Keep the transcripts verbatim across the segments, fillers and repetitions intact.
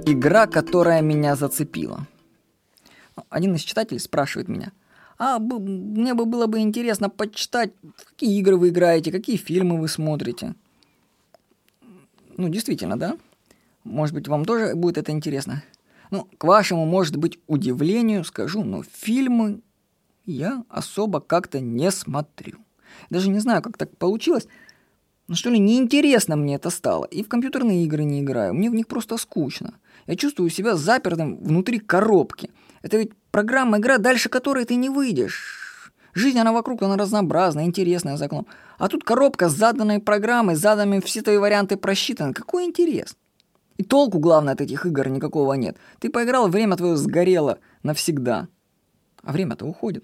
Игра, которая меня зацепила. Один из читателей спрашивает меня, а б- мне бы было бы интересно почитать, какие игры вы играете, какие фильмы вы смотрите. Ну, действительно, да? Может быть, вам тоже будет это интересно? Ну, к вашему, может быть, удивлению скажу, но фильмы я особо как-то не смотрю. Даже не знаю, как так получилось. Ну что ли, неинтересно мне это стало. И в компьютерные игры не играю. Мне в них просто скучно. Я чувствую себя запертым внутри коробки. Это ведь программа, игра, дальше которой ты не выйдешь. Жизнь, она вокруг, она разнообразная, интересная за окном. А тут коробка с заданной программой, с заданными все твои варианты просчитаны. Какой интерес? И толку, главное, от этих игр никакого нет. Ты поиграл, время твое сгорело навсегда. А время-то уходит.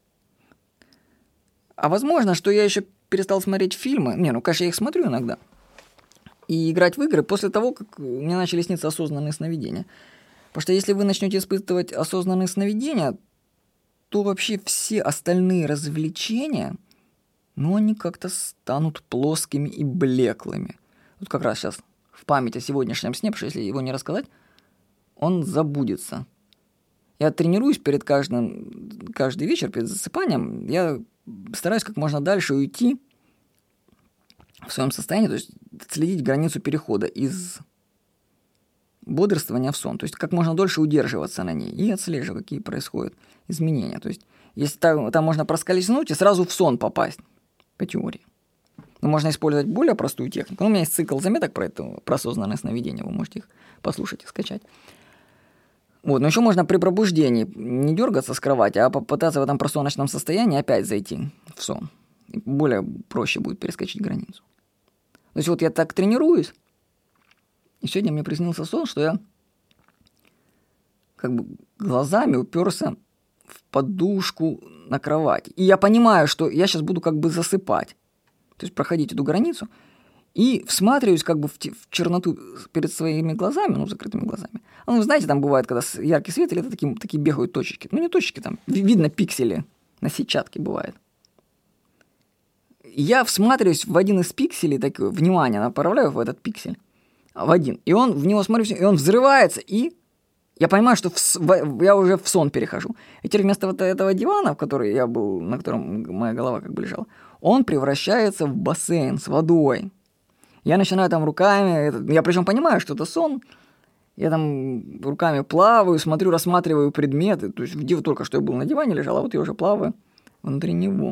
А возможно, что я еще перестал смотреть фильмы. Не, ну, конечно, я их смотрю иногда. И играть в игры после того, как мне начали сниться осознанные сновидения. Потому что если вы начнете испытывать осознанные сновидения, то вообще все остальные развлечения, ну, они как-то станут плоскими и блеклыми. Вот как раз сейчас в память о сегодняшнем сне, потому что если его не рассказать, он забудется. Я тренируюсь перед каждым, каждый вечер, перед засыпанием, я стараюсь как можно дальше уйти в своем состоянии, то есть следить границу перехода из бодрствования в сон, то есть как можно дольше удерживаться на ней и отслеживать, какие происходят изменения. То есть если там, там можно проскользнуть и сразу в сон попасть, по теории. Но можно использовать более простую технику. Ну, у меня есть цикл заметок про это, про осознанное сновидение, вы можете их послушать и скачать. Вот, но еще можно при пробуждении не дергаться с кровати, а попытаться в этом просоночном состоянии опять зайти в сон. И более проще будет перескочить границу. То есть вот я так тренируюсь, и сегодня мне приснился сон, что я как бы глазами уперся в подушку на кровати. И я понимаю, что я сейчас буду как бы засыпать. То есть проходить эту границу. И всматриваюсь как бы в, те, в черноту перед своими глазами, ну, закрытыми глазами. А ну, вы знаете, там бывает, когда яркий свет, или это такие, такие бегают точечки. Ну, не точечки, там видно пиксели на сетчатке бывает. Я всматриваюсь в один из пикселей, такое, внимание направляю в этот пиксель, в один. И он, в него смотрюсь, и он взрывается, и я понимаю, что в, в, я уже в сон перехожу. И теперь вместо вот этого дивана, в который я был, на котором моя голова как бы лежала, он превращается в бассейн с водой. Я начинаю там руками, я причем понимаю, что это сон, я там руками плаваю, смотрю, рассматриваю предметы, то есть где только что я был на диване лежал, а вот я уже плаваю внутри него.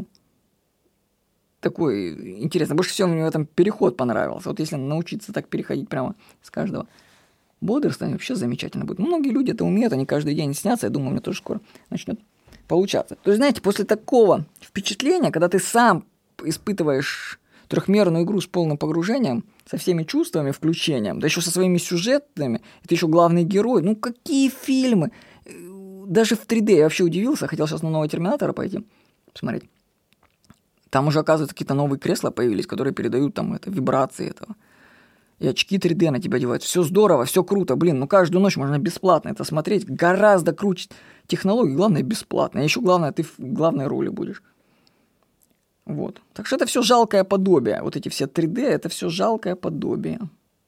Такой интересно. Больше всего мне в этом переход понравился. Вот если научиться так переходить прямо с каждого бодрствования, вообще замечательно будет. Многие люди это умеют, они каждый день снятся, я думаю, мне тоже скоро начнет получаться. То есть, знаете, после такого впечатления, когда ты сам испытываешь трехмерную игру с полным погружением, со всеми чувствами, включением, да еще со своими сюжетами, это еще главный герой. Ну, какие фильмы! Даже в три дэ я вообще удивился, хотел сейчас на нового Терминатора пойти посмотреть. Там уже, оказывается, какие-то новые кресла появились, которые передают там это, вибрации этого. И очки три дэ на тебя одевают. Все здорово, все круто. Блин, ну каждую ночь можно бесплатно это смотреть. Гораздо круче технологий. Главное, бесплатно. А еще главное, ты в главной роли будешь. Вот. Так что это все жалкое подобие. Вот эти все три дэ, это все жалкое подобие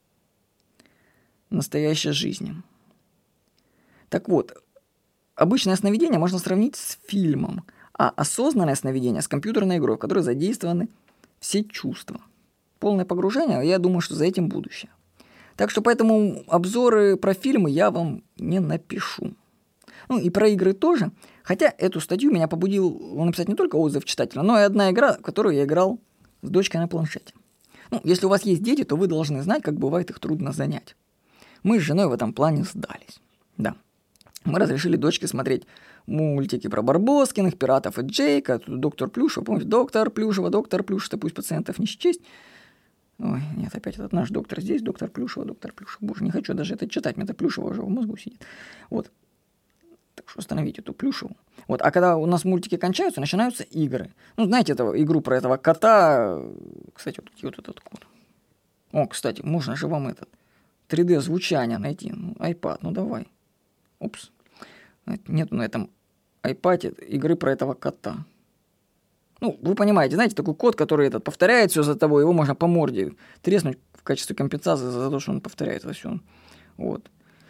настоящей жизни. Так вот, обычное сновидение можно сравнить с фильмом, а осознанное сновидение с компьютерной игрой, в которой задействованы все чувства. Полное погружение, я думаю, что за этим будущее. Так что поэтому обзоры про фильмы я вам не напишу. Ну и про игры тоже. Хотя эту статью меня побудил написать не только отзыв читателя, но и одна игра, в которую я играл с дочкой на планшете. Ну, если у вас есть дети, то вы должны знать, как бывает их трудно занять. Мы с женой в этом плане сдались. Да. Мы разрешили дочке смотреть мультики про Барбоскиных, Пиратов и Джейка, доктор Плюшева, помните, доктор Плюшева, доктор Плюшева, пусть пациентов не счесть. Ой, нет, опять этот наш доктор здесь, доктор Плюшева, доктор Плюшева. Боже, не хочу даже это читать, мне это Плюшева уже в мозгу сидит. Вот. Так что остановите эту Плюшеву. Вот, а когда у нас мультики кончаются, начинаются игры. Ну, знаете, этого, игру про этого кота. Кстати, вот, вот этот кот. О, кстати, можно же вам этот три дэ звучание найти. Ну, iPad, ну давай. Упс. Нет на этом iPad игры про этого кота. Ну, вы понимаете, знаете, такой кот, который этот повторяет все за тобой, его можно по морде треснуть в качестве компенсации за то, что он повторяет это все. Вот.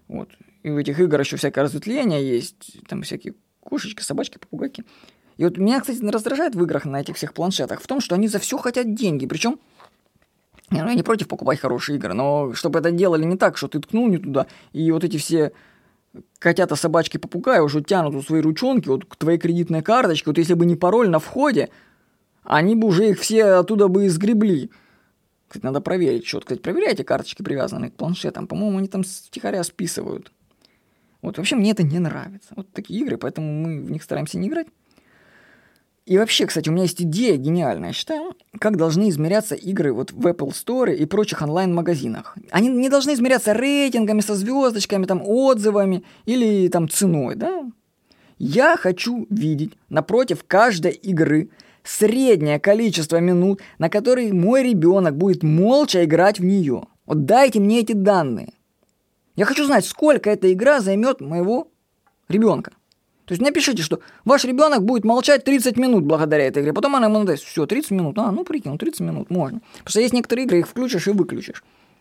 Вот. И у этих игр еще всякое разветвление есть, там всякие кошечки, собачки, попугайки. И вот меня, кстати, раздражает в играх на этих всех планшетах в том, что они за все хотят деньги. Причем я, ну, я не против покупать хорошие игры, но чтобы это делали не так, что ты ткнул не туда, и вот эти все котята, собачки, попугаи уже тянут у свои ручонки вот к твоей кредитной карточке. Вот если бы не пароль на входе, они бы уже их все оттуда бы изгребли. Кстати, надо проверить счет. Кстати, проверяйте карточки, привязанные к планшетам. По-моему, они там втихаря списывают. Вот вообще мне это не нравится. Вот такие игры, поэтому мы в них стараемся не играть. И вообще, кстати, у меня есть идея гениальная, я считаю, как должны измеряться игры вот в Apple Store и прочих онлайн-магазинах. Они не должны измеряться рейтингами со звездочками, там, отзывами или там ценой, да? Я хочу видеть напротив каждой игры среднее количество минут, на которые мой ребенок будет молча играть в нее. Вот дайте мне эти данные. Я хочу знать, сколько эта игра займет моего ребенка. То есть напишите, что ваш ребенок будет молчать тридцать минут благодаря этой игре. Потом она ему надаст, все, тридцать минут. А, ну прикинь, тридцать минут можно. Потому что есть некоторые игры, их включишь и выключишь.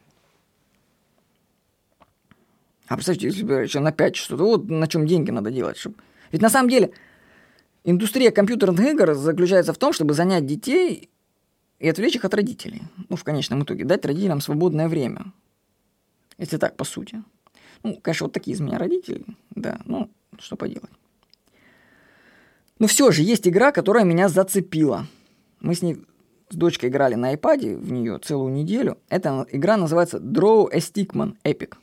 А представьте, если бы еще на пять часов, то вот на чем деньги надо делать. Чтобы... Ведь на самом деле индустрия компьютерных игр заключается в том, чтобы занять детей и отвлечь их от родителей. Ну, в конечном итоге, дать родителям свободное время. Если так, по сути. Ну, конечно, вот такие из меня родители. Да, ну, что поделать. Но все же есть игра, которая меня зацепила. Мы с ней с дочкой играли на iPad в нее целую неделю. Эта игра называется Draw a Stickman Epic.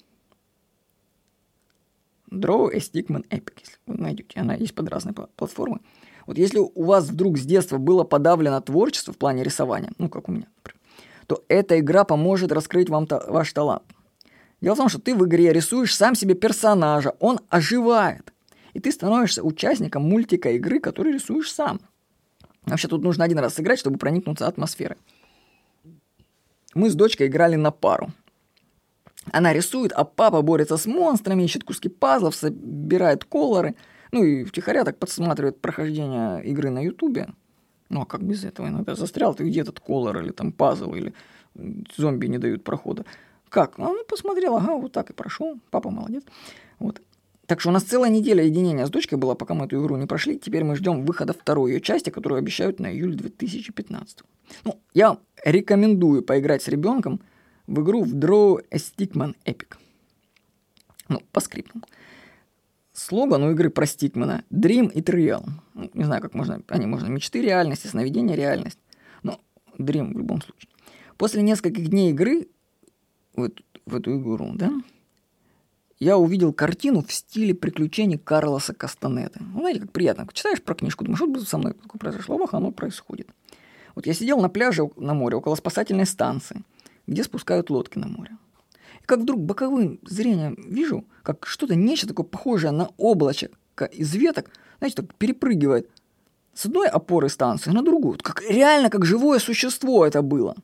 Draw a Stickman Epic, если вы найдете. Она есть под разные платформы. Вот если у вас вдруг с детства было подавлено творчество в плане рисования, ну, как у меня, например, то эта игра поможет раскрыть вам та- ваш талант. Дело в том, что ты в игре рисуешь сам себе персонажа, он оживает. И ты становишься участником мультика игры, который рисуешь сам. Вообще тут нужно один раз сыграть, чтобы проникнуться атмосферой. Мы с дочкой играли на пару. Она рисует, а папа борется с монстрами, ищет куски пазлов, собирает колоры. Ну и втихаря так подсматривает прохождение игры на ютубе. Ну а как без этого? Иногда застрял, ты где этот колор или там пазл, или зомби не дают прохода. Как? Ну, посмотрел, ага, вот так и прошел. Папа молодец. Вот. Так что у нас целая неделя единения с дочкой была, пока мы эту игру не прошли. Теперь мы ждем выхода второй ее части, которую обещают на июль две тысячи пятнадцатого. Ну, я рекомендую поиграть с ребенком в игру в Draw a Stickman Epic. Ну, по скрипту. Слоган у игры про Стикмана Dream It Real. Ну, не знаю, как можно... Они можно мечты реальности, сновидения реальность. Но Dream в любом случае. После нескольких дней игры в эту, в эту игру, да, я увидел картину в стиле приключений Карлоса Кастанеды. Ну, знаете, как приятно. Читаешь про книжку, думаешь, вот бы со мной такое произошло, вах, оно происходит. Вот я сидел на пляже на море, около спасательной станции, где спускают лодки на море. И как вдруг боковым зрением вижу, как что-то, нечто такое похожее на облачко из веток, знаете, так перепрыгивает с одной опоры станции на другую. Как, реально, как живое существо это было.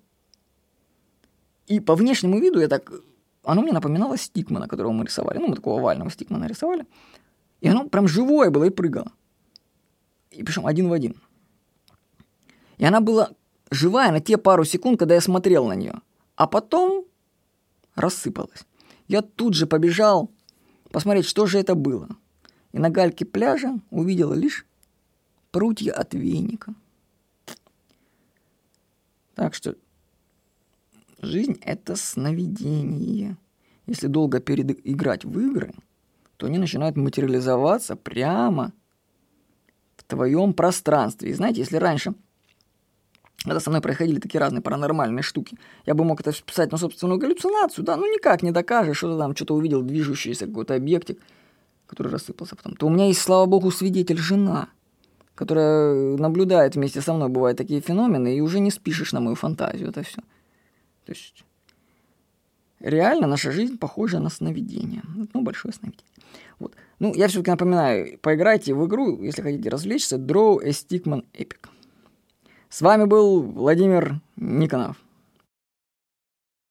И по внешнему виду я так... Оно мне напоминало Стикмана, которого мы рисовали. Ну, мы такого овального Стикмана рисовали. И оно прям живое было и прыгало. И причем один в один. И она была живая на те пару секунд, когда я смотрел на нее. А потом рассыпалась. Я тут же побежал посмотреть, что же это было. И на гальке пляжа увидел лишь прутья от веника. Так что... Жизнь – это сновидение. Если долго переиграть в игры, то они начинают материализоваться прямо в твоем пространстве. И знаете, если раньше, когда со мной происходили такие разные паранормальные штуки, я бы мог это вписать на собственную галлюцинацию, да, ну никак не докажешь, что ты там что-то увидел, движущийся какой-то объектик, который рассыпался потом. То у меня есть, слава богу, свидетель жена, которая наблюдает вместе со мной, бывают такие феномены, и уже не спишешь на мою фантазию, это все. То есть реально наша жизнь похожа на сновидение. Ну, большое сновидение. Вот. Ну, я все-таки напоминаю, поиграйте в игру, если хотите развлечься, Draw a Stickman Epic. С вами был Владимир Никонов.